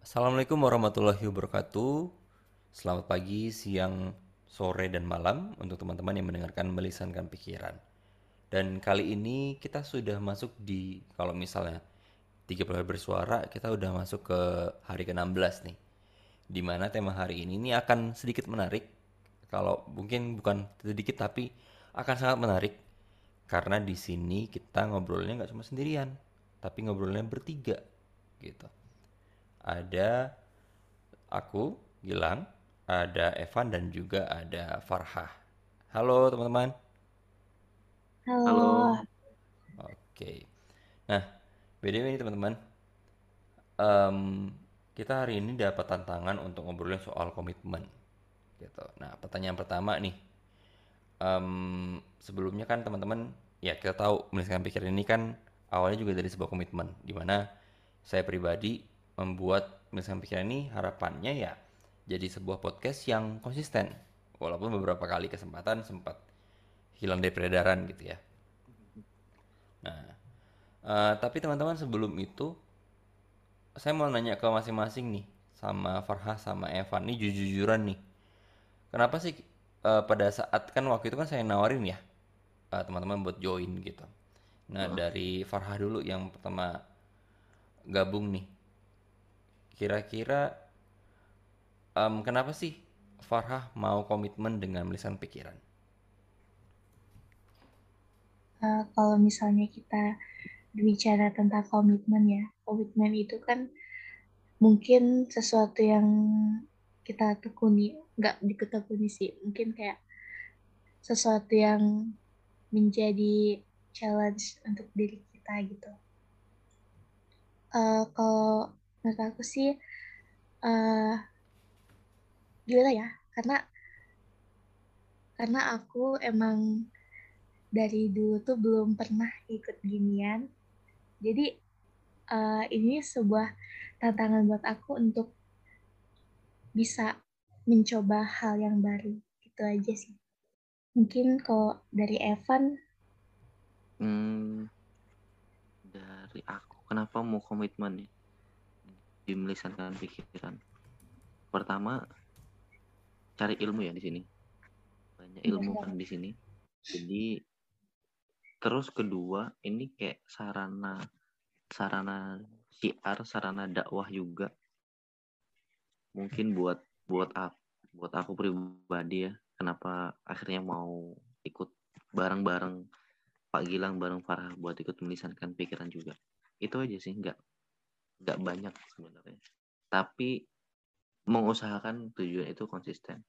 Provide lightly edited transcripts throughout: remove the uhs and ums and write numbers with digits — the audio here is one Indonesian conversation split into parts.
Assalamualaikum warahmatullahi wabarakatuh. Selamat pagi, siang, sore, dan malam untuk teman-teman yang mendengarkan Melisankan Pikiran. Dan kali ini kita sudah masuk di, kalau misalnya 30 hari bersuara, kita udah masuk ke hari ke-16 nih. Dimana tema hari ini akan sedikit menarik. Kalau mungkin bukan sedikit tapi akan sangat menarik. Karena di sini kita ngobrolnya nggak cuma sendirian, tapi ngobrolnya bertiga gitu. Ada aku, Gilang, ada Evan dan juga ada Farhah. Halo teman-teman. Halo, Halo, Oke. Nah, BTW ini teman-teman, em, kita hari ini dapat tantangan untuk ngobrolin soal komitmen. Gitu. Nah, pertanyaan pertama nih, sebelumnya kan teman-teman, ya kita tahu menuliskan pikiran ini kan awalnya juga dari sebuah komitmen, di mana saya pribadi membuat menuliskan pikiran ini harapannya ya jadi sebuah podcast yang konsisten, walaupun beberapa kali kesempatan sempat hilang dari peredaran gitu ya. Nah, tapi teman-teman sebelum itu saya mau nanya ke masing-masing nih, sama Farhah sama Evan nih jujur-jujuran nih. Kenapa sih pada saat kan waktu itu kan saya nawarin ya teman-teman buat join gitu. Nah, heeh. dari Farhah dulu yang pertama gabung nih. Kira-kira kenapa sih Farhah mau komitmen dengan melisan pikiran? kalau misalnya kita berbicara tentang komitmen ya, komitmen itu kan mungkin sesuatu yang kita tekuni, nggak ditekuni sih, mungkin kayak sesuatu yang menjadi challenge untuk diri kita gitu. Kalau menurut aku sih, eh gimana ya, karena karena aku emang dari dulu tuh belum pernah ikut ginian, jadi ini sebuah tantangan buat aku untuk bisa mencoba hal yang baru. Gitu aja sih. Mungkin kalau dari Evan, Hmm, dari aku, kenapa mau komitmen ya di melisankan pikiran? Pertama, cari ilmu ya di sini. Banyak benar ilmu kan banget. di sini. Jadi, terus kedua, ini kayak sarana sarana syiar, sarana dakwah juga. Mungkin buat aku, buat aku pribadi ya. Kenapa akhirnya mau ikut bareng-bareng Pak Gilang bareng Farah buat ikut melisankan pikiran juga. Itu aja sih, nggak banyak sebenarnya. Tapi mengusahakan tujuan itu konsisten.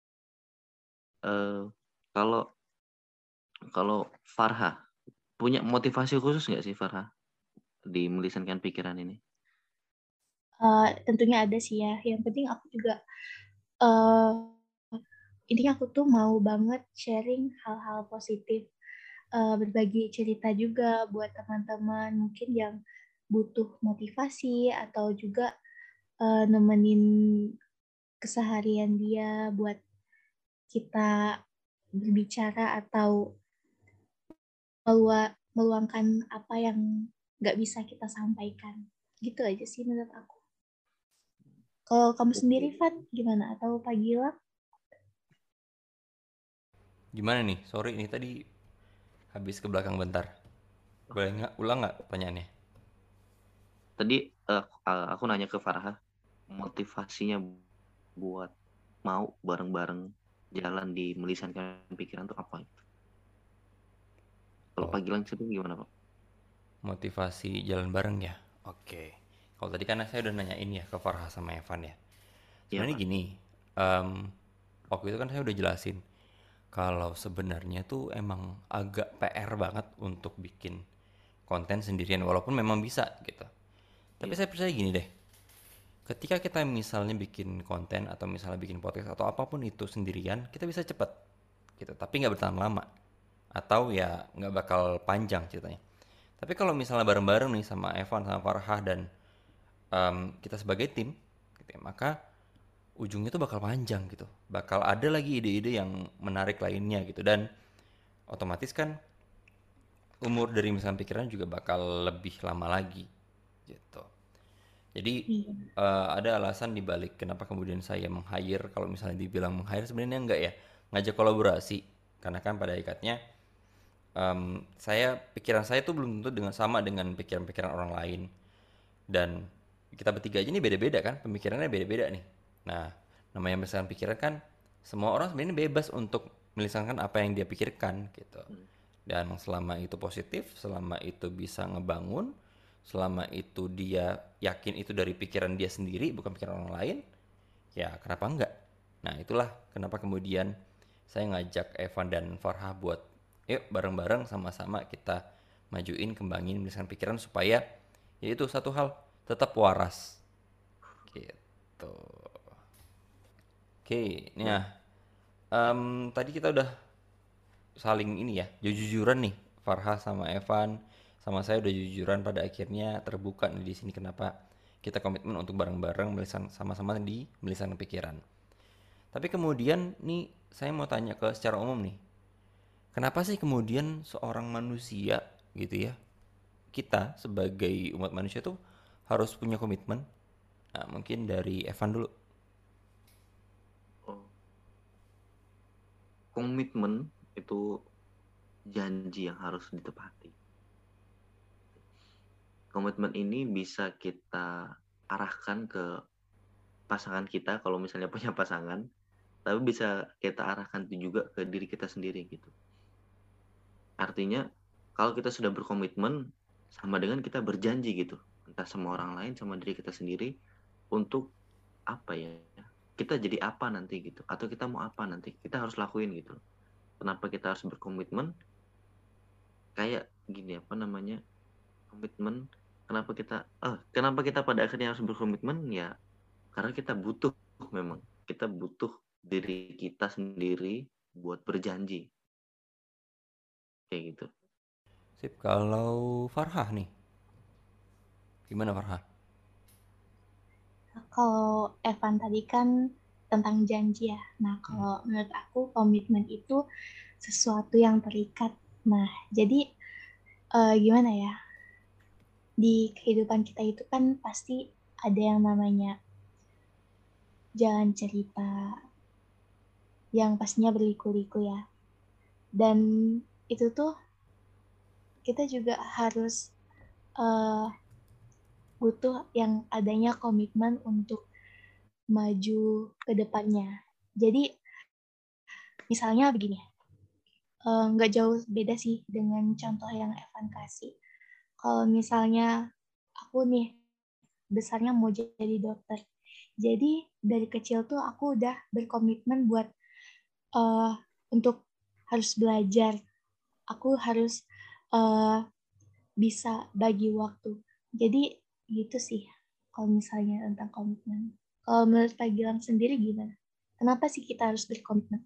Eh kalau kalau Farha punya motivasi khusus nggak sih Farha di melisankan pikiran ini? Tentunya ada sih ya. Yang penting aku juga, uh, intinya aku tuh mau banget sharing hal-hal positif, berbagi cerita juga buat teman-teman mungkin yang butuh motivasi atau juga nemenin keseharian dia buat kita berbicara atau meluangkan apa yang nggak bisa kita sampaikan. Gitu aja sih menurut aku. Kalau kamu sendiri, Oke. Van, gimana? Atau Pak Gilang? Gimana nih? Sorry ini tadi habis ke belakang bentar. Boleh nggak ulang nggak pertanyaannya? Tadi aku nanya ke Farha motivasinya buat mau bareng-bareng jalan di melisankan pikiran tuh apa? Kalau Oh, Pak Gilang sendiri gimana Pak? motivasi jalan bareng ya. Oke. Kalau tadi kan saya udah nanyain ya ke Farha sama Evan ya. Iya Sebenarnya Pak. gini, em, waktu itu kan saya udah jelasin kalau sebenarnya tuh emang agak PR banget untuk bikin konten sendirian walaupun memang bisa gitu. Tapi Iya. saya percaya gini deh, ketika kita misalnya bikin konten atau misalnya bikin podcast atau apapun itu sendirian, kita bisa cepet gitu, tapi nggak bertahan lama atau ya nggak bakal panjang ceritanya. Tapi kalau misalnya bareng-bareng nih sama Evan sama Farhah dan kita sebagai tim, gitu ya, maka ujungnya tuh bakal panjang gitu, bakal ada lagi ide-ide yang menarik lainnya gitu dan otomatis kan umur dari misalnya pikiran juga bakal lebih lama lagi gitu. Jadi Iya. ada alasan dibalik kenapa kemudian saya meng-hire. Kalau misalnya dibilang meng-hire, sebenarnya enggak ya, ngajak kolaborasi. Karena kan pada ikatnya pikiran saya tuh belum tentu sama dengan pikiran-pikiran orang lain. Dan kita bertiga aja nih beda-beda kan, pemikirannya beda-beda nih. Nah, namanya melisankan pikiran kan, semua orang sebenarnya bebas untuk melisankan apa yang dia pikirkan gitu. Dan selama itu positif, selama itu bisa ngebangun, selama itu dia yakin itu dari pikiran dia sendiri bukan pikiran orang lain, ya kenapa enggak? Nah, itulah kenapa kemudian saya ngajak Evan dan Farha buat yuk bareng-bareng sama-sama kita majuin, kembangin melisankan pikiran supaya yaitu satu hal, tetap waras gitu. Oke, nah tadi kita udah saling ini ya, jujur-jujuran nih, Farha sama Evan sama saya udah jujuran, pada akhirnya terbuka nih di sini kenapa kita komitmen untuk bareng-bareng sama-sama di melisankan pikiran. Tapi kemudian nih saya mau tanya ke secara umum nih, kenapa sih kemudian seorang manusia gitu ya, kita sebagai umat manusia tuh harus punya komitmen? Nah, mungkin dari Evan dulu. Oh, komitmen itu janji yang harus ditepati. Komitmen ini bisa kita arahkan ke pasangan kita kalau misalnya punya pasangan, tapi bisa kita arahkan juga ke diri kita sendiri gitu. Artinya kalau kita sudah berkomitmen sama dengan kita berjanji gitu, entah sama orang lain sama diri kita sendiri untuk apa ya? Kita jadi apa nanti gitu, atau kita mau apa nanti, kita harus lakuin gitu. Kenapa kita harus berkomitmen? Kayak gini apa namanya? Komitmen kenapa kita pada akhirnya harus berkomitmen ya karena kita butuh, memang kita butuh diri kita sendiri buat berjanji kayak gitu. Sip, kalau Farha nih, gimana Farha? Kalau Evan tadi kan tentang janji ya. Nah, kalau menurut aku komitmen itu sesuatu yang terikat. Nah, jadi gimana ya? Di kehidupan kita itu kan pasti ada yang namanya jalan cerita yang pastinya berliku-liku ya. Dan itu tuh kita juga harus uh, butuh yang adanya komitmen untuk maju ke depannya. Jadi misalnya begini, nggak jauh beda sih dengan contoh yang Evan kasih. Kalau misalnya aku nih besarnya mau jadi dokter, jadi dari kecil tuh aku udah berkomitmen buat uh, untuk harus belajar, aku harus uh, bisa bagi waktu. Jadi gitu sih kalau misalnya tentang komitmen. Kalau menurut Pak Gilang sendiri gimana? Kenapa sih kita harus berkomitmen?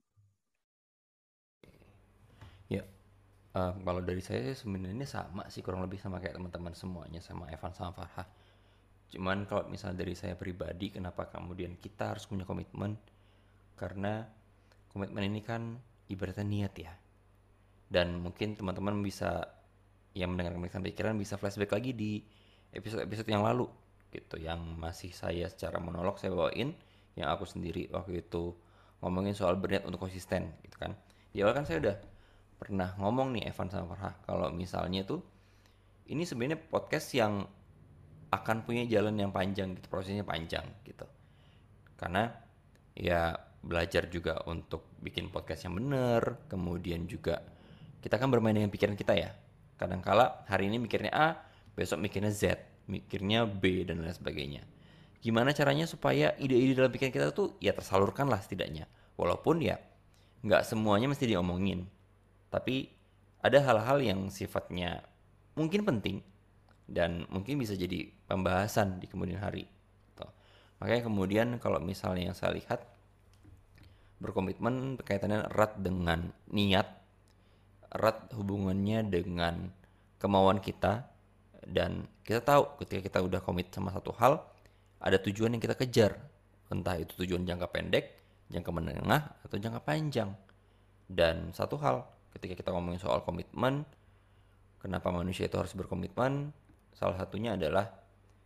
Ya, kalau dari saya sih sebenarnya sama sih, kurang lebih sama kayak teman-teman semuanya, sama Evan sama Farha. Cuman kalau misalnya dari saya pribadi, kenapa kemudian kita harus punya komitmen? Karena komitmen ini kan ibaratnya niat ya. Dan mungkin teman-teman bisa yang mendengar pemeriksaan pikiran bisa flashback lagi di episode-episode yang lalu gitu, yang masih saya secara monolog saya bawain, yang aku sendiri waktu itu ngomongin soal berniat untuk konsisten gitu kan. Di awal kan saya udah pernah ngomong nih Evan sama Farha kalau misalnya tuh ini sebenarnya podcast yang akan punya jalan yang panjang gitu, prosesnya panjang gitu. Karena ya belajar juga untuk bikin podcast yang bener, kemudian juga kita kan bermain dengan pikiran kita ya. Kadangkala hari ini mikirnya A, besok mikirnya Z, mikirnya B dan lain sebagainya. Gimana caranya supaya ide-ide dalam pikiran kita tuh ya tersalurkan lah setidaknya. Walaupun ya nggak semuanya mesti diomongin, tapi ada hal-hal yang sifatnya mungkin penting dan mungkin bisa jadi pembahasan di kemudian hari. Tuh. Makanya kemudian kalau misalnya yang saya lihat, berkomitmen kaitannya erat dengan niat, erat hubungannya dengan kemauan kita, dan kita tahu ketika kita udah komit sama satu hal, ada tujuan yang kita kejar, entah itu tujuan jangka pendek, jangka menengah, atau jangka panjang. Dan satu hal, ketika kita ngomongin soal komitmen, kenapa manusia itu harus berkomitmen, salah satunya adalah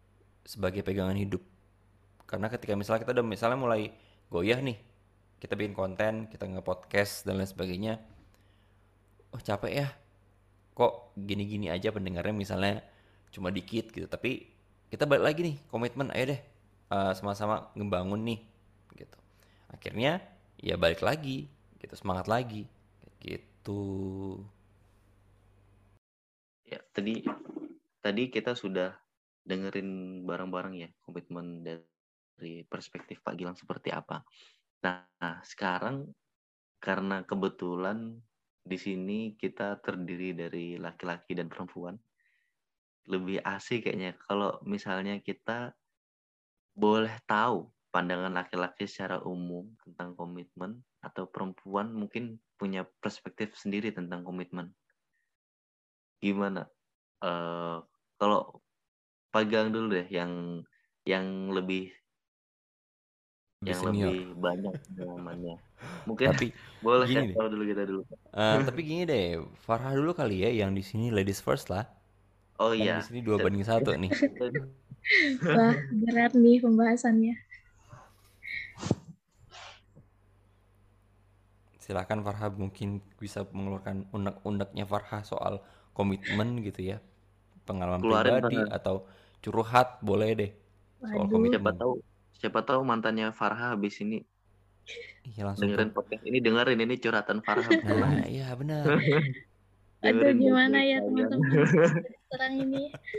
sebagai pegangan hidup. Karena ketika misalnya kita udah misalnya mulai goyah nih, kita bikin konten, kita nge-podcast dan lain sebagainya, oh capek ya, kok gini-gini aja pendengarnya misalnya cuma dikit gitu. Tapi kita balik lagi nih, komitmen, ayo deh sama-sama ngebangun nih gitu. Akhirnya ya balik lagi gitu, semangat lagi gitu. Ya, tadi kita sudah dengerin bareng-bareng ya komitmen dari perspektif Pak Gilang seperti apa. Nah, sekarang karena kebetulan di sini kita terdiri dari laki-laki dan perempuan, lebih asik kayaknya kalau misalnya kita boleh tahu pandangan laki-laki secara umum tentang komitmen atau perempuan mungkin punya perspektif sendiri tentang komitmen. Gimana? Kalau Pak Gilang dulu deh yang lebih Senior. banyak pengalamannya. Mungkin Tapi boleh gini kasih deh. tahu dulu kita dulu. Tapi gini deh, Farha dulu kali ya, yang di sini ladies first lah. Oh Kan di iya. sini 2-1 nih. Wah, berat nih pembahasannya. Silakan Farha, mungkin bisa mengeluarkan unek-uneknya Farha soal komitmen gitu ya. Pengalaman Keluarin pribadi Farhan. atau curhat boleh deh soal Waduh, komitmen. Siapa tahu mantannya Farha habis ini Iya langsung dengerin podcast ini, dengerin ini curhatan Farha betulan. Nah, iya benar. aduh Dengerin gimana baik-baik ya kalian. teman-teman sekarang ini.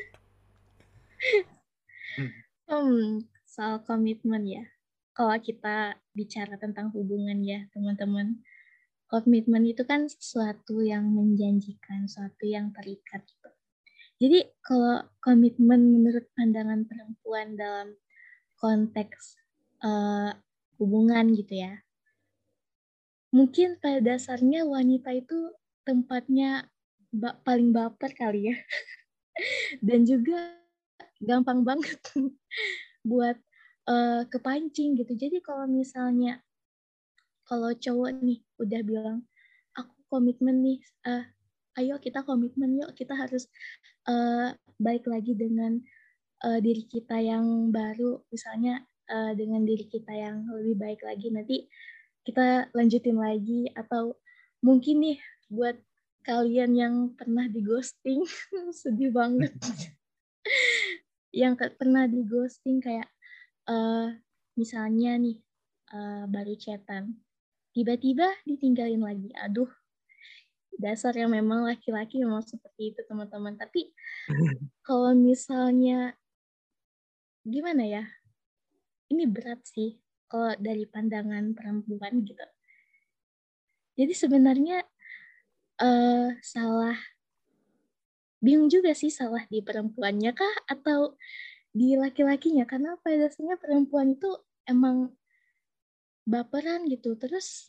Soal komitmen ya. Kalau kita bicara tentang hubungan ya teman-teman, komitmen itu kan sesuatu yang menjanjikan, sesuatu yang terikat gitu. Jadi kalau komitmen menurut pandangan perempuan dalam konteks hubungan gitu ya, mungkin pada dasarnya wanita itu tempatnya paling baper kali ya, dan juga gampang banget buat kepancing gitu. Jadi kalau misalnya kalau cowok nih udah bilang aku komitmen nih, ayo kita komitmen yuk, kita harus baik lagi dengan diri kita yang baru, misalnya dengan diri kita yang lebih baik lagi, nanti kita lanjutin lagi. Atau mungkin nih buat kalian yang pernah di ghosting sedih banget yang pernah di ghosting kayak misalnya nih baru chatan tiba-tiba ditinggalin lagi. Aduh, dasar yang memang laki-laki memang seperti itu teman-teman. Tapi kalau misalnya gimana ya, ini berat sih kalau dari pandangan perempuan gitu. Jadi sebenarnya salah, bingung juga sih, salah di perempuannya kah atau di laki-lakinya? Karena pada dasarnya perempuan itu emang baperan gitu. Terus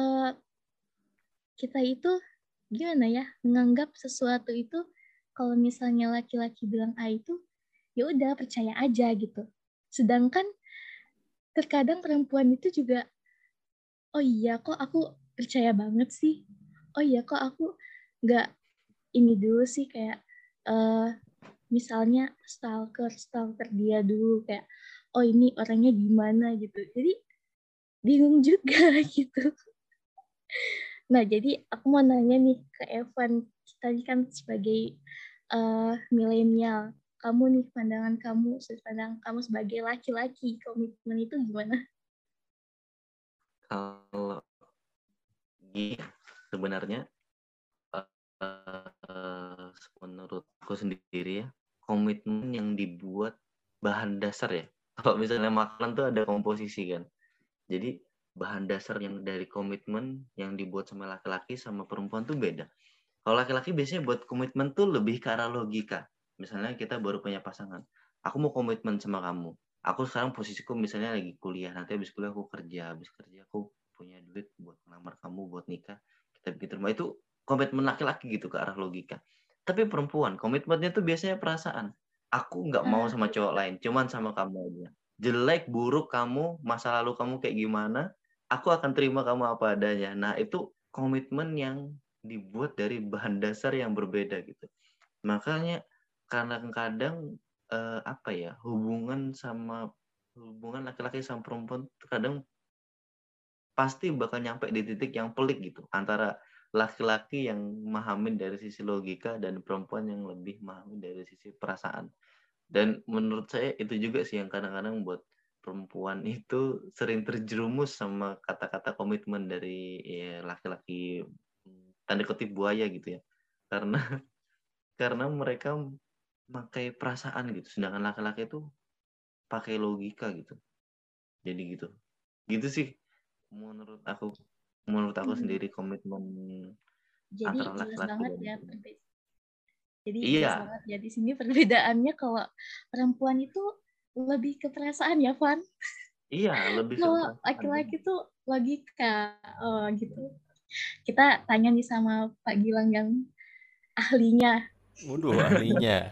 kita itu gimana ya, menganggap sesuatu itu kalau misalnya laki-laki bilang A itu ya udah percaya aja gitu. Sedangkan terkadang perempuan itu juga, oh iya kok aku percaya banget sih. Oh iya kok aku nggak ini dulu sih, kayak misalnya stalker dia dulu, kayak oh ini orangnya gimana gitu. Jadi bingung juga gitu. Nah, jadi aku mau nanya nih ke Evan, kita kan sebagai milenial, kamu nih pandangan kamu, sebagai laki-laki, komitmen itu gimana? Kalau gini, sebenarnya menurutku sendiri ya, komitmen yang dibuat bahan dasar ya. Kalau misalnya makanan tuh ada komposisi kan. Jadi bahan dasar yang dari komitmen yang dibuat sama laki-laki sama perempuan tuh beda. Kalau laki-laki biasanya buat komitmen tuh lebih ke arah logika. Misalnya kita baru punya pasangan. Aku mau komitmen sama kamu. Aku sekarang posisiku misalnya lagi kuliah. Nanti habis kuliah aku kerja. Habis kerja aku punya duit buat ngelamar kamu, buat nikah. Kita bikin rumah. Itu komitmen laki-laki gitu ke arah logika. Tapi perempuan, komitmennya tuh biasanya perasaan. Aku nggak mau sama cowok lain. Cuman sama kamu aja. Jelek, buruk kamu, masa lalu kamu kayak gimana, aku akan terima kamu apa adanya. Nah, itu komitmen yang dibuat dari bahan dasar yang berbeda gitu. Makanya kadang-kadang apa ya, hubungan laki-laki sama perempuan tuh kadang pasti bakal nyampe di titik yang pelik gitu antara laki-laki yang memahami dari sisi logika dan perempuan yang lebih memahami dari sisi perasaan. Dan menurut saya itu juga sih yang kadang-kadang buat perempuan itu sering terjerumus sama kata-kata komitmen dari ya, laki-laki tanda kutip buaya gitu ya. Karena karena mereka pakai perasaan gitu, sedangkan laki-laki itu pakai logika gitu. Jadi gitu. Gitu sih menurut aku Hmm. sendiri komitmen Jadi antara jelas laki-laki banget dan ya perempuan. Jadi jelas Iya, banget ya di sini perbedaannya kalau perempuan itu lebih ke perasaan ya, Van. iya lebih ke Kalau perasaan laki-laki benar. tuh logika, oh gitu. Kita tanya nih sama Pak Gilang yang ahlinya. Waduh, ahlinya.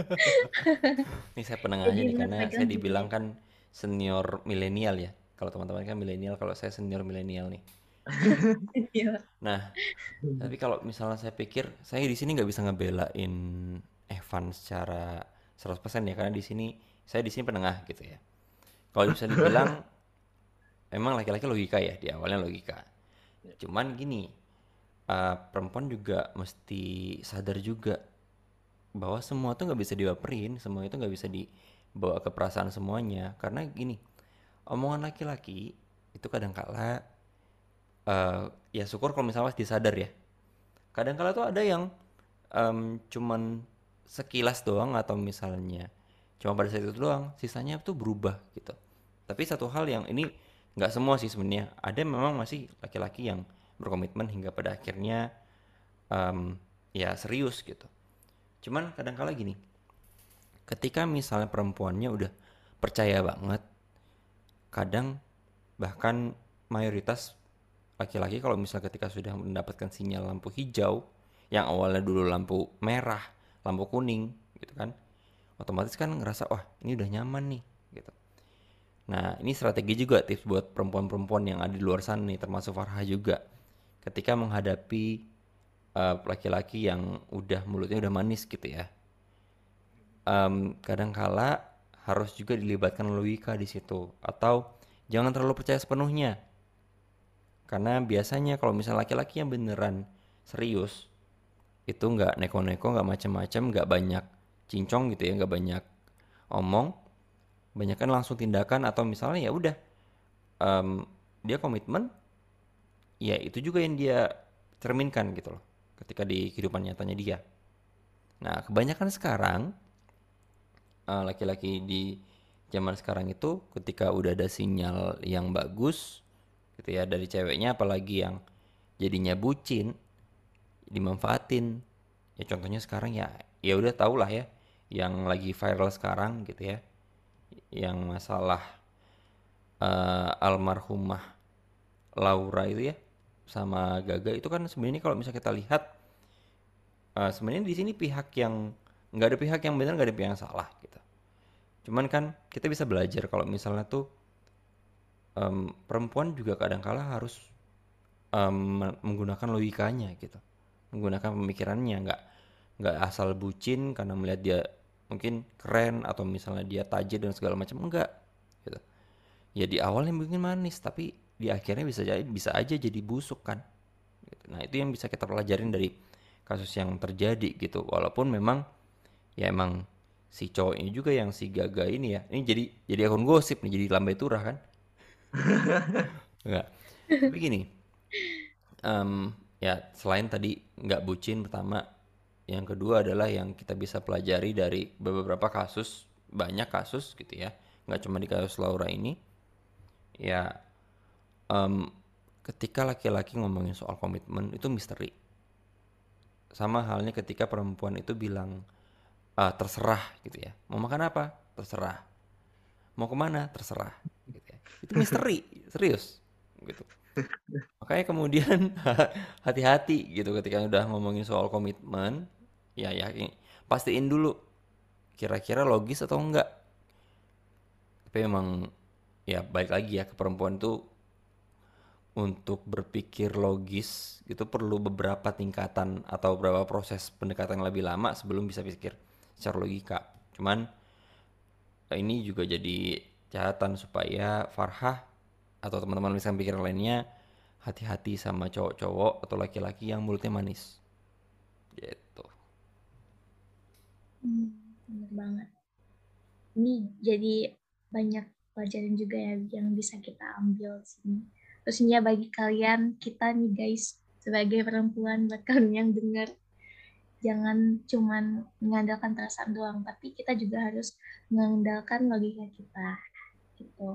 Ini saya penengahnya Jadi nih menurut karena Pak saya Gilang dibilang gimana? kan senior milenial ya. Kalau teman-teman kan milenial, kalau saya senior milenial nih. Iya. Nah, tapi kalau misalnya saya pikir, saya di sini nggak bisa ngebelain Evan secara 100% ya, karena di sini saya di sini penengah gitu ya. Kalau bisa dibilang, emang laki-laki logika ya, di awalnya logika. Cuman gini, perempuan juga mesti sadar juga bahwa semua tuh nggak bisa dibaperin, semua itu nggak bisa dibawa ke perasaan semuanya. Karena gini, omongan laki-laki itu kadang kala, ya syukur kalau misalnya disadar ya. Kadang kala tuh ada yang cuman sekilas doang atau misalnya cuma pada saat itu doang, sisanya tuh berubah gitu. Tapi satu hal yang ini nggak semua sih sebenarnya, ada memang masih laki-laki yang berkomitmen hingga pada akhirnya em, ya serius gitu. Cuman kadang kala gini, ketika misalnya perempuannya udah percaya banget, kadang bahkan mayoritas laki-laki kalau misalnya ketika sudah mendapatkan sinyal lampu hijau yang awalnya dulu lampu merah, lampu kuning gitu kan, otomatis kan ngerasa wah ini udah nyaman nih gitu. Nah ini strategi juga tips buat perempuan-perempuan yang ada di luar sana nih, termasuk Farha juga, ketika menghadapi laki-laki yang udah mulutnya udah manis gitu ya. Kadangkala harus juga dilibatkan logika di situ, atau jangan terlalu percaya sepenuhnya. Karena biasanya kalau misalnya laki-laki yang beneran serius, itu nggak neko-neko, nggak macem-macem, nggak banyak cincong gitu ya, nggak banyak omong, banyak kan langsung tindakan, atau misalnya ya udah, em, dia komitmen, ya itu juga yang dia cerminkan gitu loh, ketika di kehidupan nyatanya dia. Nah kebanyakan sekarang laki-laki di zaman sekarang itu ketika udah ada sinyal yang bagus gitu ya dari ceweknya, apalagi yang jadinya bucin, dimanfaatin. Ya contohnya sekarang ya, ya udah tau lah ya yang lagi viral sekarang gitu ya, yang masalah almarhumah Laura itu ya sama Gaga itu kan, sebenarnya kalau misalnya kita lihat, sebenarnya di sini pihak yang nggak ada pihak yang benar, nggak ada pihak yang salah gitu. Cuman kan kita bisa belajar kalau misalnya tuh perempuan juga kadangkala harus menggunakan logikanya gitu, menggunakan pemikirannya, nggak asal bucin karena melihat dia mungkin keren atau misalnya dia tajir dan segala macam, enggak gitu. Ya di awalnya mungkin manis tapi di akhirnya bisa aja jadi busuk kan gitu. Nah itu yang bisa kita pelajarin dari kasus yang terjadi gitu, walaupun memang ya emang si cowok ini juga yang si Gaga ini ya, ini jadi akun gosip nih, jadi lambai turah kan, enggak. Tapi gini, ya selain tadi nggak bucin pertama, yang kedua adalah yang kita bisa pelajari dari beberapa kasus, banyak kasus gitu ya, nggak cuma di kasus Laura ini, ya em, ketika laki-laki ngomongin soal komitmen itu misteri. Sama halnya ketika perempuan itu bilang, "Ah, terserah gitu ya, mau makan apa terserah, mau kemana terserah gitu ya. Itu misteri, serius gitu. Makanya kemudian hati-hati gitu ketika udah ngomongin soal komitmen, ya yakin, pastiin dulu kira-kira logis atau enggak. Tapi memang ya balik lagi ya ke perempuan tuh, untuk berpikir logis itu perlu beberapa tingkatan atau beberapa proses pendekatan yang lebih lama sebelum bisa pikir secara logika. Cuman ini juga jadi catatan supaya Farhah atau teman-teman misalkan pikiran lainnya hati-hati sama cowok-cowok atau laki-laki yang mulutnya manis. Gitu. Bener banget. Ini jadi banyak pelajaran juga ya yang bisa kita ambil sini. Terus ini ya bagi kalian, kita nih guys, sebagai perempuan, buat kalian yang dengar, jangan cuman mengandalkan perasaan doang, tapi kita juga harus mengandalkan logika kita. Gitu.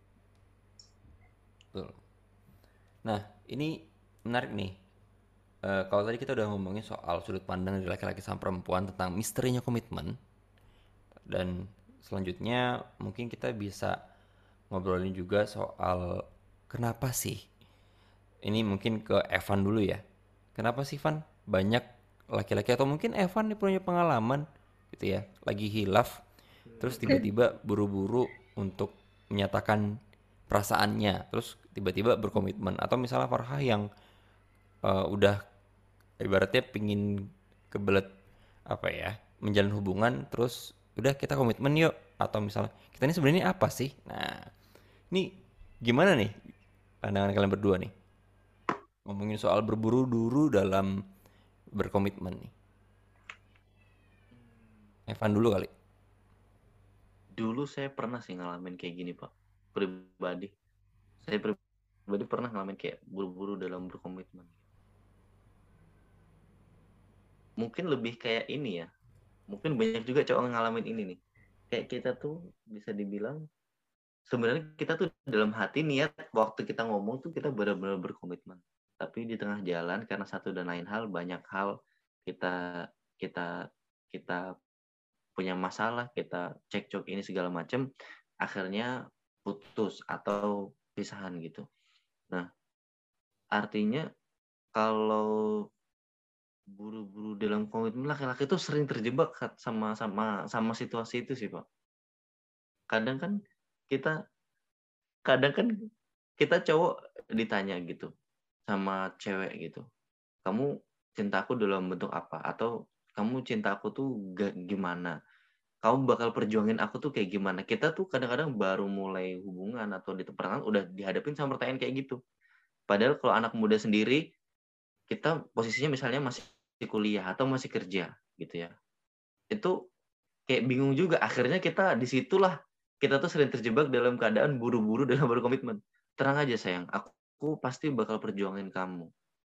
Betul. Nah, ini menarik nih. Kalau tadi kita udah ngomongin soal sudut pandang dari laki-laki sama perempuan tentang misterinya komitmen, dan selanjutnya mungkin kita bisa ngobrolin juga soal kenapa sih, ini mungkin ke Evan dulu ya. Kenapa sih Van banyak laki-laki atau mungkin Evan nih punya pengalaman gitu ya, lagi hilaf terus tiba-tiba buru-buru untuk menyatakan perasaannya, terus tiba-tiba berkomitmen, atau misalnya Farhah yang udah ibaratnya pingin kebelet apa ya, menjalin hubungan terus udah kita komitmen yuk, atau misalnya kita ini sebenarnya apa sih. Nah, ini gimana nih pandangan kalian berdua nih ngomongin soal berburu-buru dalam berkomitmen nih. Evan dulu kali. Dulu saya pernah sih ngalamin kayak gini, Pak. Pribadi. Saya pribadi pernah ngalamin kayak buru-buru dalam berkomitmen. Mungkin lebih kayak ini ya. Mungkin banyak juga cowok ngalamin ini nih. Kayak kita tuh bisa dibilang sebenarnya kita tuh dalam hati niat waktu kita ngomong tuh kita benar-benar berkomitmen. Tapi di tengah jalan karena satu dan lain hal, banyak hal kita kita kita punya masalah, kita cekcok ini segala macam, akhirnya putus atau pisahan gitu. Nah, artinya kalau buru-buru dalam komitmen, laki-laki itu sering terjebak sama situasi itu sih, Pak. Kadang kan kita kadang kan kita cowok ditanya gitu sama cewek gitu. Kamu cinta aku dalam bentuk apa? Atau kamu cinta aku tuh gimana? Kamu bakal perjuangin aku tuh kayak gimana? Kita tuh kadang-kadang baru mulai hubungan atau di pertengahan udah dihadapin sama pertanyaan kayak gitu. Padahal kalau anak muda sendiri, kita posisinya misalnya masih kuliah atau masih kerja gitu ya. Itu kayak bingung juga. Akhirnya kita disitulah kita tuh sering terjebak dalam keadaan buru-buru dalam berkomitmen. Tenang aja sayang, aku pasti bakal perjuangin kamu.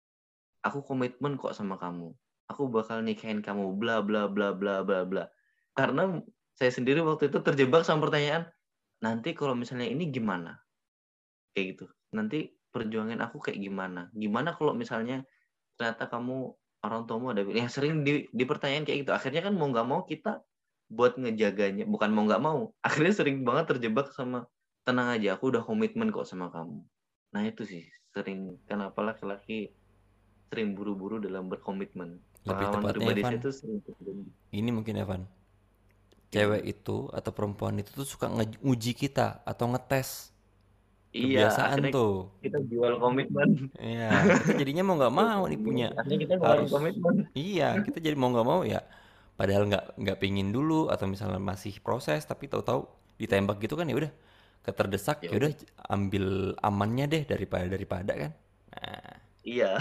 Aku komitmen kok sama kamu. Aku bakal nikahin kamu, bla bla bla bla bla bla. Karena saya sendiri waktu itu terjebak sama pertanyaan, nanti kalau misalnya ini gimana? Kayak gitu. Nanti perjuangin aku kayak gimana? Gimana kalau misalnya ternyata kamu orang tuamu ada yang sering dipertanyain kayak gitu. Akhirnya kan mau nggak mau kita buat ngejaganya, bukan mau nggak mau. Akhirnya sering banget terjebak sama tenang aja, aku udah komitmen kok sama kamu. Nah itu sih sering kenapa laki-laki sering buru-buru dalam berkomitmen. Lebih Pengalaman tepatnya pribadi Evan, saya tuh sering terjadi. ini mungkin Evan, cewek Gimana? itu atau perempuan itu tuh suka nguji kita atau ngetes Iya, kebiasaan akhirnya tuh. kita jual komitmen. Ya, kita jadinya mau nggak mau nih Iya, punya, akhirnya kita ngeluarin harus, komitmen. iya kita jadi mau nggak mau ya. Padahal nggak pingin dulu atau misalnya masih proses, tapi tahu-tahu ditembak gitu kan, ya udah keterdesak, Ya ya udah udah. ambil amannya deh daripada kan. Nah, Iya,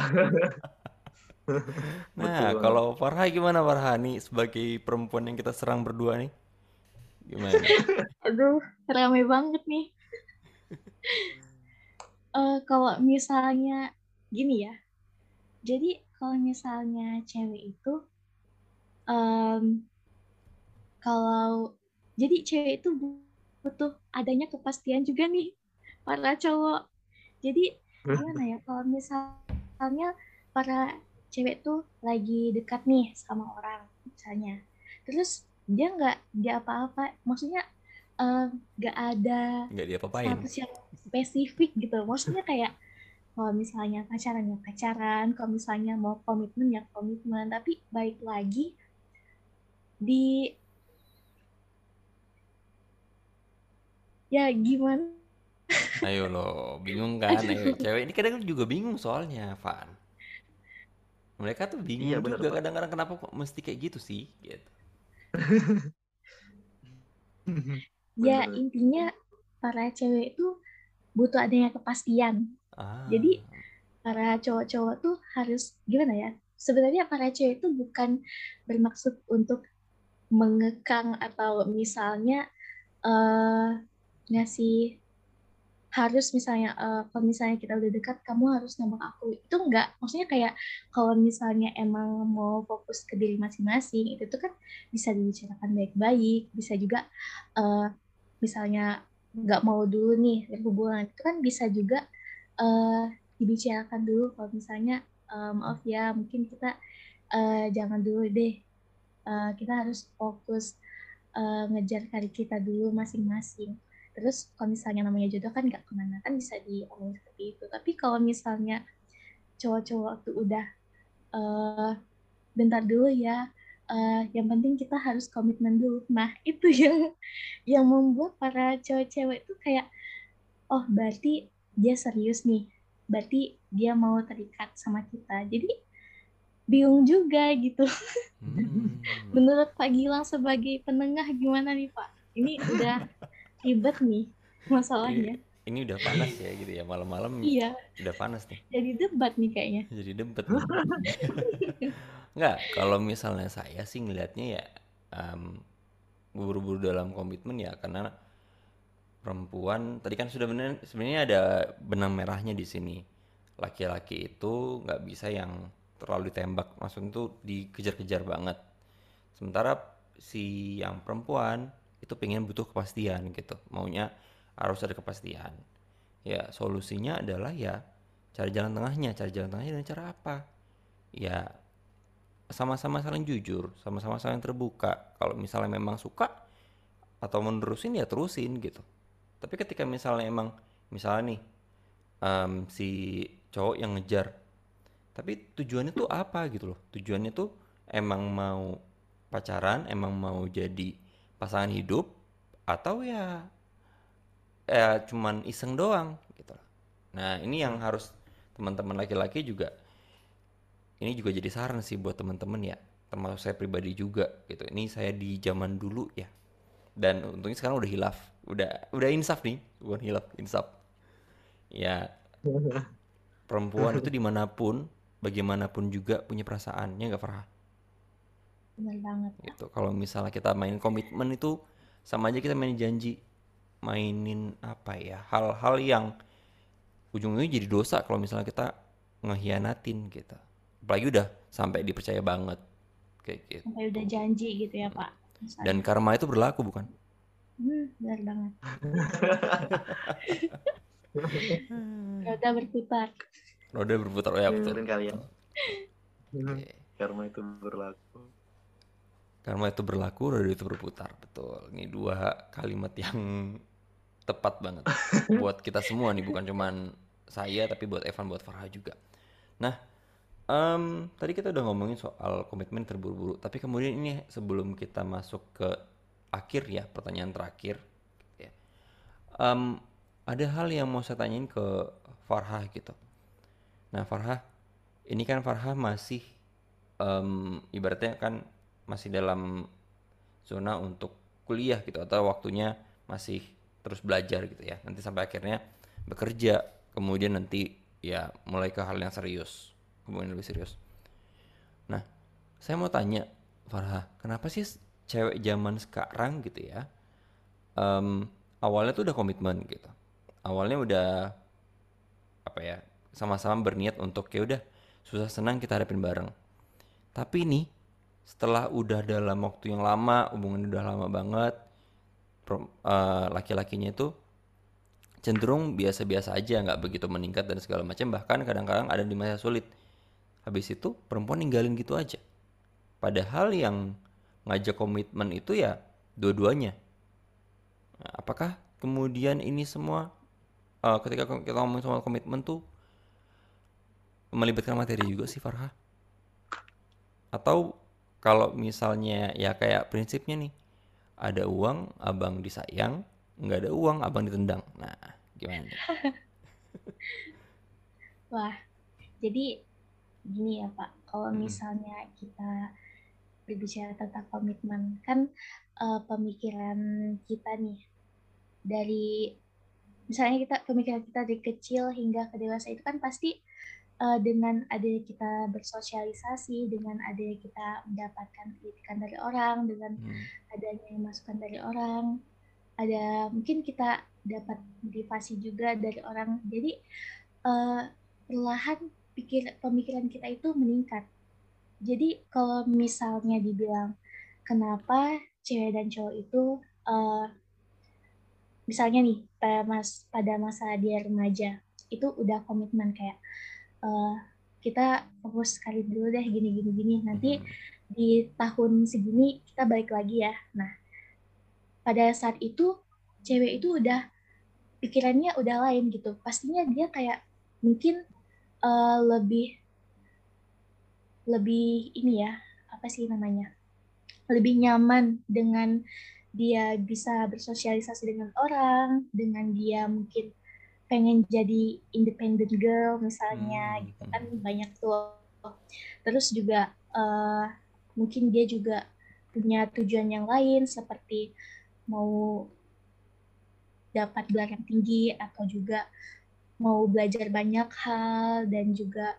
betul nah banget. kalau Farha gimana Farha nih sebagai perempuan yang kita serang berdua nih, gimana nih? Aduh, rame banget nih. Kalau misalnya gini ya, jadi kalau misalnya cewek itu, em, kalau jadi cewek itu butuh adanya kepastian juga nih para cowok. Jadi gimana ya, kalau misalnya para cewek tuh lagi dekat nih sama orang misalnya, terus dia apa-apa, maksudnya nggak ada Nggak diapa-apain. status yang spesifik gitu, maksudnya kayak kalau misalnya pacaran ya pacaran, kalau misalnya mau komitmen ya komitmen, tapi balik lagi di ya gimana. Ayo lo, bingung kan? Ayo, Aduh. cewek ini kadang juga bingung soalnya, Van. Mereka tuh Iya bingung bener juga Pak. kadang-kadang kenapa kok mesti kayak gitu sih, gitu. Ya, Bener. intinya para cewek itu butuh adanya kepastian. Jadi para cowok-cowok tuh harus gimana ya? Sebenarnya para cewek itu bukan bermaksud untuk mengekang atau misalnya ngasih harus misalnya kalau misalnya kita udah dekat kamu harus nembak aku, itu enggak, maksudnya kayak kalau misalnya emang mau fokus ke diri masing-masing itu tuh kan bisa dibicarakan baik-baik, bisa juga uh, misalnya nggak mau dulu nih hubungan itu kan bisa juga uh, dibicarakan dulu kalau misalnya maaf ya mungkin kita jangan dulu deh. Kita harus fokus ngejar karir kita dulu masing-masing. Terus kalau misalnya namanya jodoh kan nggak kemana, kan bisa diomongin seperti itu. Tapi kalau misalnya cowok-cowok tuh udah uh, bentar dulu ya, yang penting kita harus komitmen dulu. Nah itu yang membuat para cewek-cewek itu kayak, oh berarti dia serius nih, berarti dia mau terikat sama kita. Jadi bingung juga gitu. Menurut Pak Gilang sebagai penengah gimana nih Pak? Ini udah ribet nih ini, masalahnya. ini udah panas ya gitu ya, malam-malam Iya, udah panas nih. jadi debat nih kayaknya. Jadi debat nih. Nggak, kalau misalnya saya sih ngelihatnya ya buru-buru dalam komitmen ya karena perempuan tadi kan sudah benar sebenarnya ada benang merahnya di sini. Laki-laki itu nggak bisa yang terlalu ditembak, maksudnya itu dikejar-kejar banget. Sementara si yang perempuan itu pengen butuh kepastian gitu, maunya harus ada kepastian. Ya solusinya adalah ya cari jalan tengahnya. Cari jalan tengahnya dengan cara apa? Ya sama-sama saling jujur, sama-sama saling terbuka. Kalau misalnya memang suka atau menerusin ya terusin gitu. Tapi ketika misalnya emang misalnya nih si cowok yang ngejar, tapi tujuannya tuh apa gitu loh? Tujuannya tuh emang mau pacaran, emang mau jadi pasangan hidup, atau ya cuman iseng doang gitu loh. Nah ini yang harus teman-teman laki-laki juga, ini juga jadi saran sih buat teman-teman ya, termasuk saya pribadi juga gitu. Ini saya di zaman dulu ya, dan untungnya sekarang udah hilaf, udah insaf nih, bukan hilaf, insaf. Ya perempuan itu dimanapun, bagaimanapun juga punya perasaannya nggak Farah Benar banget Pak. gitu. Kalau misalnya kita main komitmen itu sama aja kita main janji, mainin apa ya, hal-hal yang ujung-ujungnya jadi dosa kalau misalnya kita ngehianatin gitu. Apalagi udah sampai dipercaya banget kayak Sampai udah gitu. janji gitu ya Pak. Dan Misalnya. karma itu berlaku bukan? Benar banget. Roda berputar. Roda berputar, oh ya betul. Dengerin kalian. Oke. Karma itu berlaku. Karma itu berlaku, roda itu berputar. Betul. Ini dua kalimat yang tepat banget buat kita semua nih, bukan cuman saya tapi buat Evan, buat Farha juga. Nah, tadi kita udah ngomongin soal komitmen terburu-buru, tapi kemudian ini sebelum kita masuk ke akhir ya, pertanyaan terakhir ya. Ada hal yang mau saya tanyain ke Farha gitu. Nah, Farha, ini kan Farha masih ibaratnya kan masih dalam zona untuk kuliah gitu, atau waktunya masih terus belajar gitu ya. Nanti sampai akhirnya bekerja, kemudian nanti ya mulai ke hal yang serius, hubungan lebih serius. Nah, saya mau tanya Farha, kenapa sih cewek zaman sekarang gitu ya, awalnya tuh udah komitmen gitu, awalnya udah apa ya, sama-sama berniat untuk ya udah susah senang kita hadapin bareng. Tapi nih setelah udah dalam waktu yang lama, hubungan udah lama banget, laki-lakinya itu cenderung biasa-biasa aja, nggak begitu meningkat dan segala macam, bahkan kadang-kadang ada di masa sulit. Habis itu perempuan ninggalin gitu aja. Padahal yang ngajak komitmen itu ya dua-duanya. Nah, apakah kemudian ini semua ketika kita ngomong soal komitmen tuh melibatkan materi juga sih Farha? Atau kalau misalnya ya kayak prinsipnya nih, ada uang abang disayang, nggak ada uang abang ditendang. Nah, gimana nih? Wah, jadi gini ya Pak, kalau misalnya kita berbicara tentang komitmen, kan pemikiran kita nih dari misalnya pemikiran kita dari kecil hingga ke dewasa itu kan pasti dengan adanya kita bersosialisasi, dengan adanya kita mendapatkan kritikan dari orang, dengan adanya masukan dari orang, ada mungkin kita dapat motivasi juga dari orang. Jadi perlahan pemikiran kita itu meningkat. Jadi kalau misalnya dibilang kenapa cewek dan cowok itu misalnya nih pada masa dia remaja itu udah komitmen kayak kita fokus sekali dulu deh gini nanti di tahun segini kita balik lagi ya. Nah pada saat itu cewek itu udah pikirannya udah lain gitu, pastinya dia kayak mungkin lebih ini ya, apa sih namanya, lebih nyaman dengan dia bisa bersosialisasi dengan orang, dengan dia mungkin pengen jadi independent girl misalnya gitu kan, banyak tuh. Terus juga mungkin dia juga punya tujuan yang lain seperti mau dapat gelar yang tinggi atau juga mau belajar banyak hal, dan juga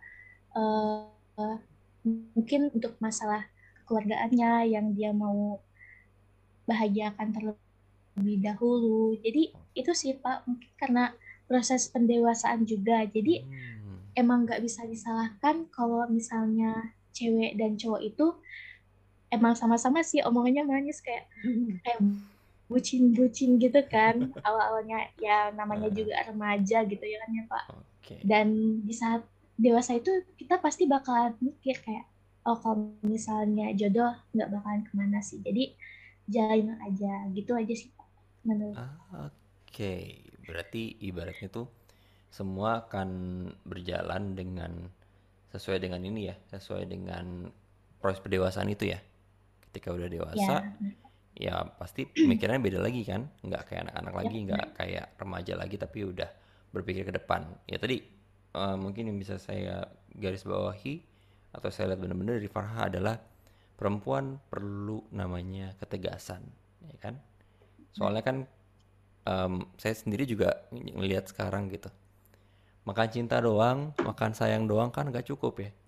mungkin untuk masalah keluargaannya yang dia mau bahagiakan terlebih dahulu. Jadi itu sih Pak, mungkin karena proses pendewasaan juga. Jadi emang nggak bisa disalahkan kalau misalnya cewek dan cowok itu emang sama-sama sih omongannya manis kayak bucin-bucin gitu kan. Awal-awalnya ya namanya juga remaja gitu ya kan ya Pak. Dan di saat dewasa itu kita pasti bakalan mikir kayak, oh kalau misalnya jodoh nggak bakalan kemana sih. Jadi jalanin aja, gitu aja sih Pak menurut. Oke, berarti ibaratnya tuh semua akan berjalan sesuai dengan ini ya, sesuai dengan proses pendewasaan itu ya. Ketika udah dewasa, ya pasti pemikirannya beda lagi kan, nggak kayak anak-anak lagi, nggak kayak remaja lagi, tapi udah berpikir ke depan. Ya tadi mungkin yang bisa saya garis bawahi atau saya lihat benar-benar dari Farha adalah perempuan perlu namanya ketegasan, ya kan? Soalnya kan saya sendiri juga ngelihat sekarang gitu, makan cinta doang, makan sayang doang kan nggak cukup ya.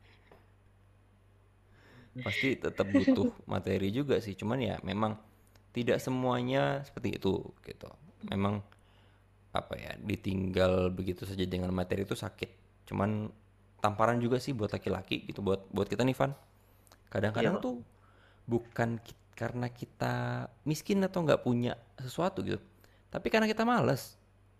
Pasti tetap butuh materi juga sih, cuman ya memang tidak semuanya seperti itu gitu. Memang apa ya, ditinggal begitu saja dengan materi itu sakit. Cuman tamparan juga sih buat laki-laki gitu, buat kita nih Van. Kadang-kadang Iya, tuh bukan karena kita miskin atau nggak punya sesuatu gitu, tapi karena kita males.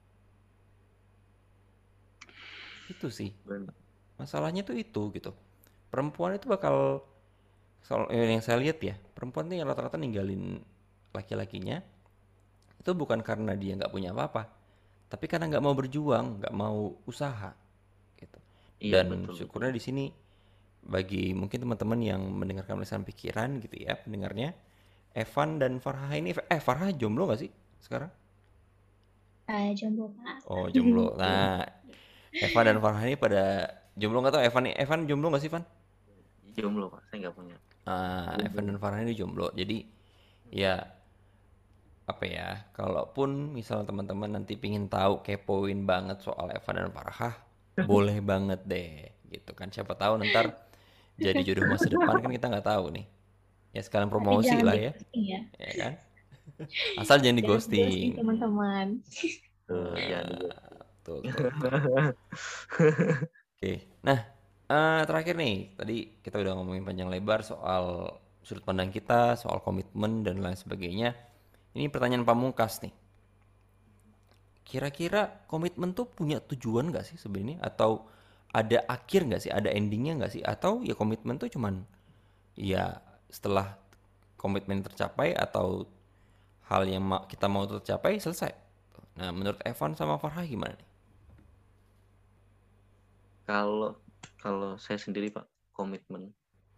Itu sih benar. masalahnya tuh itu gitu. Perempuan itu bakal, yang saya lihat ya, perempuan tuh yang rata-rata ninggalin laki-lakinya itu bukan karena dia nggak punya apa-apa, tapi karena nggak mau berjuang, nggak mau usaha gitu. Iya, Dan betul betul. syukurnya di sini bagi mungkin teman-teman yang mendengarkan lisan pikiran gitu ya, pendengarnya Evan dan Farha ini, Farha jomblo nggak sih sekarang? Jomblo Pak. Oh jomblo. Nah, Evan dan Farha ini pada jomblo nggak, tau Evan jomblo nggak sih Van? Jomblo Pak, saya nggak punya. Evan dan Farha ini jomblo. Jadi ya apa ya, kalaupun misal teman-teman nanti pingin tahu, kepoin banget soal Evan dan Farha, boleh banget deh gitu kan. Siapa tahu ntar jadi jodoh masa depan kan, kita nggak tahu nih. Ya sekalian Tapi promosi jangan lah di ya, ghosting ya. ya kan? Asal jangan di Jangan di ghosting ghosting. teman-teman. Tuh, jangan di Tuh. Oke, nah terakhir nih, tadi kita udah ngomongin panjang lebar soal sudut pandang kita, soal komitmen dan lain sebagainya. Ini pertanyaan pamungkas nih. Kira-kira komitmen tuh punya tujuan nggak sih sebenarnya? Atau ada akhir nggak sih? Ada endingnya nggak sih? Atau ya komitmen tuh cuman ya setelah komitmen tercapai atau hal yang kita mau tercapai selesai. Nah, menurut Evan sama Farha gimana nih? Kalau kalau saya sendiri Pak, komitmen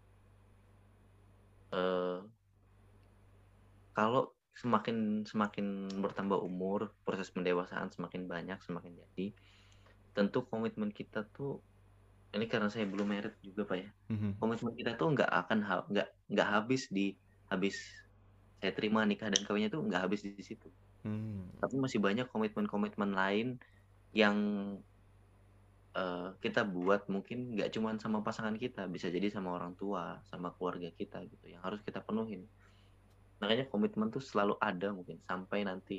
eh, kalau semakin semakin bertambah umur, proses pendewasaan semakin banyak, semakin jadi, tentu komitmen kita tuh, ini karena saya belum married juga Pak ya. Komitmen kita tuh nggak akan nggak habis habis saya terima nikah dan kawinnya tuh nggak habis di situ. Tapi masih banyak komitmen-komitmen lain yang kita buat, mungkin nggak cuma sama pasangan kita, bisa jadi sama orang tua, sama keluarga kita gitu, yang harus kita penuhin. Makanya komitmen tuh selalu ada mungkin sampai nanti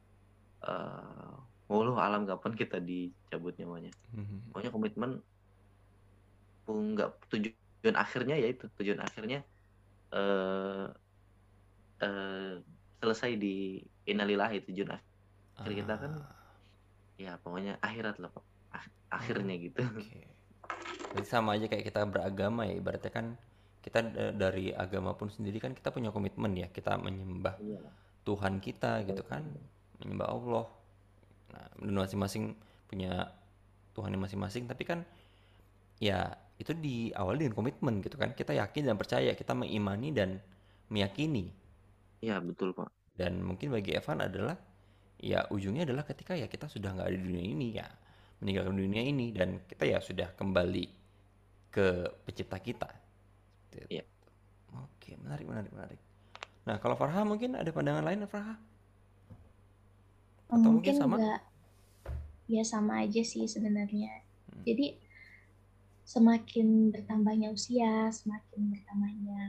wallahu alam kapan kita dicabut nyawanya. Pokoknya komitmen nggak, tujuan akhirnya yaitu tujuan akhirnya eh eh, selesai di innalillahi. Tujuan akhir kita kan ya pokoknya akhirat lah Pak. Akhirnya gitu. Oke. Berarti sama aja kayak kita beragama ya, ibaratnya kan kita dari agama pun sendiri kan kita punya komitmen ya, kita menyembah Iya. Tuhan kita gitu kan, menyembah Allah. Nah, dan masing-masing punya Tuhannya masing-masing, tapi kan ya itu diawali dengan komitmen gitu kan. Kita yakin dan percaya, kita mengimani dan meyakini. Iya betul Pak. Dan mungkin bagi Evan adalah ya ujungnya adalah ketika ya kita sudah nggak ada di dunia ini ya, meninggalkan dunia ini dan kita ya sudah kembali ke pencipta kita. Iya. Oke, menarik. Nah, kalau Farha mungkin ada pandangan lain, Farha? Atau mungkin Mungkin sama? enggak, ya sama aja sih sebenarnya. Jadi semakin bertambahnya usia, semakin bertambahnya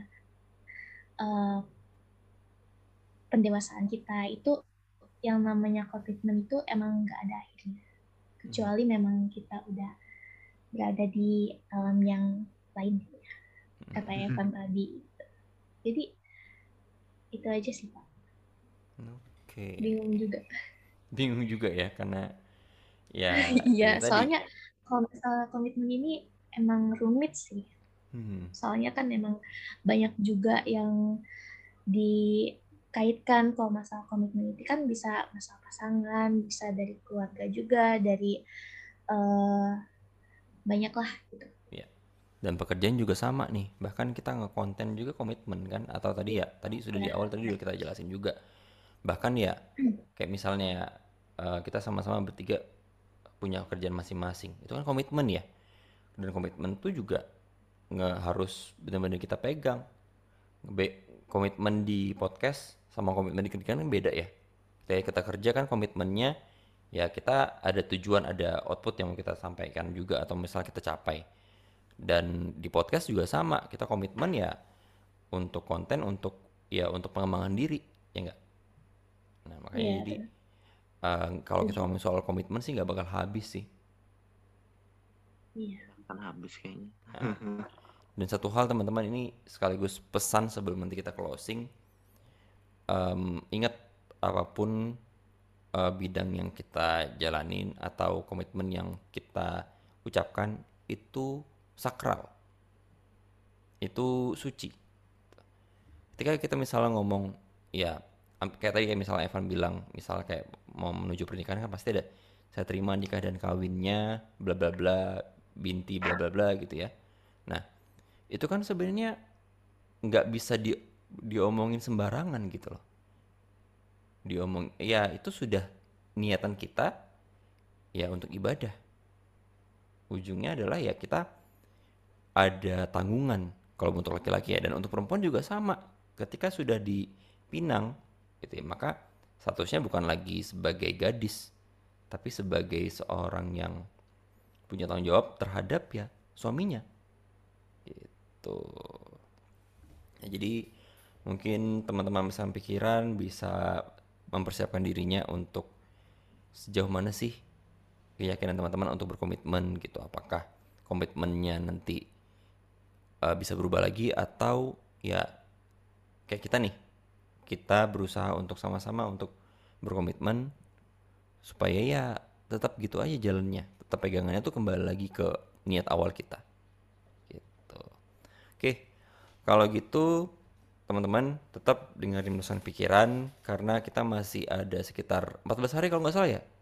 pendewasaan kita, itu yang namanya komitmen itu emang nggak ada akhirnya. Kecuali memang kita udah berada di alam yang lain, kata Evan tadi. Jadi itu aja sih Pak. Oke. Bingung juga. Ya, karena ya Iya, itu tadi. soalnya kalau misalnya komitmen ini emang rumit sih. Soalnya kan emang banyak juga yang dikaitkan. Kalau masalah komitmen itu kan bisa masalah pasangan, bisa dari keluarga juga, dari banyak lah gitu. Ya. Dan pekerjaan juga sama nih. Bahkan kita ngekonten juga komitmen kan, atau tadi sudah di awal tadi udah kita jelasin juga. Bahkan ya kayak misalnya kita sama-sama bertiga punya pekerjaan masing-masing. Itu kan komitmen ya. Dan komitmen itu juga nggak harus benar-benar kita pegang. Komitmen di podcast sama komitmen di kerjaan kan beda ya. Kita kerja kan komitmennya ya kita ada tujuan, ada output yang mau kita sampaikan juga atau misalnya kita capai. Dan di podcast juga sama, kita komitmen ya untuk konten, untuk pengembangan diri, ya enggak? Nah, makanya Iya, jadi kalau kita ngomong soal komitmen sih nggak bakal habis sih. iya. Kan habis kayaknya. Dan satu hal teman-teman, ini sekaligus pesan sebelum nanti kita closing. Ingat, apapun bidang yang kita jalanin atau komitmen yang kita ucapkan itu sakral, itu suci. Ketika kita misalnya ngomong ya kayak tadi, kayak misalnya Evan bilang, misalnya kayak mau menuju pernikahan kan pasti ada saya terima nikah dan kawinnya bla bla bla binti bla bla bla gitu ya. Nah, itu kan sebenarnya nggak bisa diomongin sembarangan gitu loh. Ya itu sudah niatan kita ya untuk ibadah. Ujungnya adalah ya kita ada tanggungan kalau untuk laki-laki ya, dan untuk perempuan juga sama. Ketika sudah dipinang gitu ya, maka statusnya bukan lagi sebagai gadis, tapi sebagai seorang yang punya tanggung jawab terhadap ya suaminya gitu. Ya, jadi mungkin teman-teman pesan pikiran bisa mempersiapkan dirinya untuk sejauh mana sih keyakinan teman-teman untuk berkomitmen gitu. Apakah komitmennya nanti bisa berubah lagi, atau ya kayak kita nih, kita berusaha untuk sama-sama untuk berkomitmen supaya ya tetap gitu aja jalannya, tetap pegangannya tuh kembali lagi ke niat awal kita gitu. Oke, kalau gitu teman-teman tetap dengerin pesan pikiran, karena kita masih ada sekitar 14 hari kalau nggak salah ya.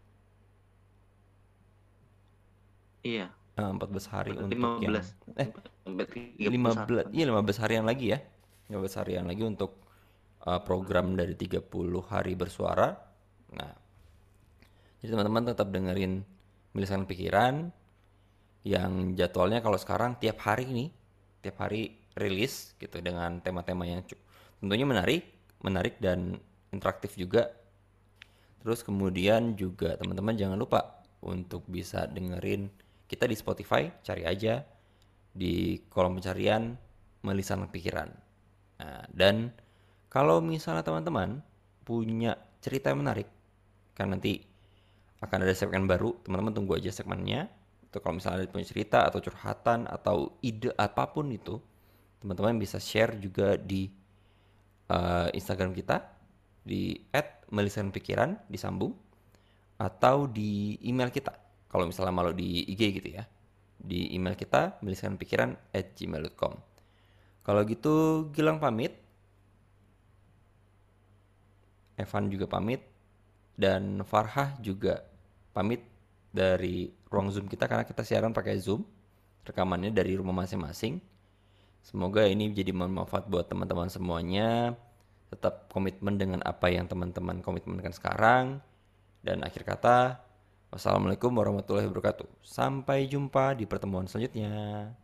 Iya. 14 hari untuk 15 yang 15 harian lagi ya. 15 harian lagi untuk program dari 30 hari bersuara. Nah, jadi teman-teman tetap dengerin Melisahkan Pikiran yang jadwalnya kalau sekarang tiap hari rilis gitu, dengan tema-tema yang tentunya menarik dan interaktif juga. Terus kemudian juga teman-teman jangan lupa untuk bisa dengerin kita di Spotify, cari aja di kolom pencarian Melisan Pikiran. Nah, dan kalau misalnya teman-teman punya cerita yang menarik, kan nanti akan ada segmen baru, teman-teman tunggu aja segmennya. Itu kalau misalnya ada punya cerita atau curhatan atau ide apapun itu, teman-teman bisa share juga di Instagram kita di @melisanpikiran disambung atau di email kita. Kalau misalnya malu di IG gitu ya. Di email kita melisanpikiran@gmail.com. Kalau gitu Gilang pamit, Evan juga pamit, dan Farhah juga pamit dari ruang Zoom kita karena kita siaran pakai Zoom, rekamannya dari rumah masing-masing. Semoga ini jadi bermanfaat buat teman-teman semuanya. Tetap komitmen dengan apa yang teman-teman komitmenkan sekarang. Dan akhir kata, wassalamualaikum warahmatullahi wabarakatuh. Sampai jumpa di pertemuan selanjutnya.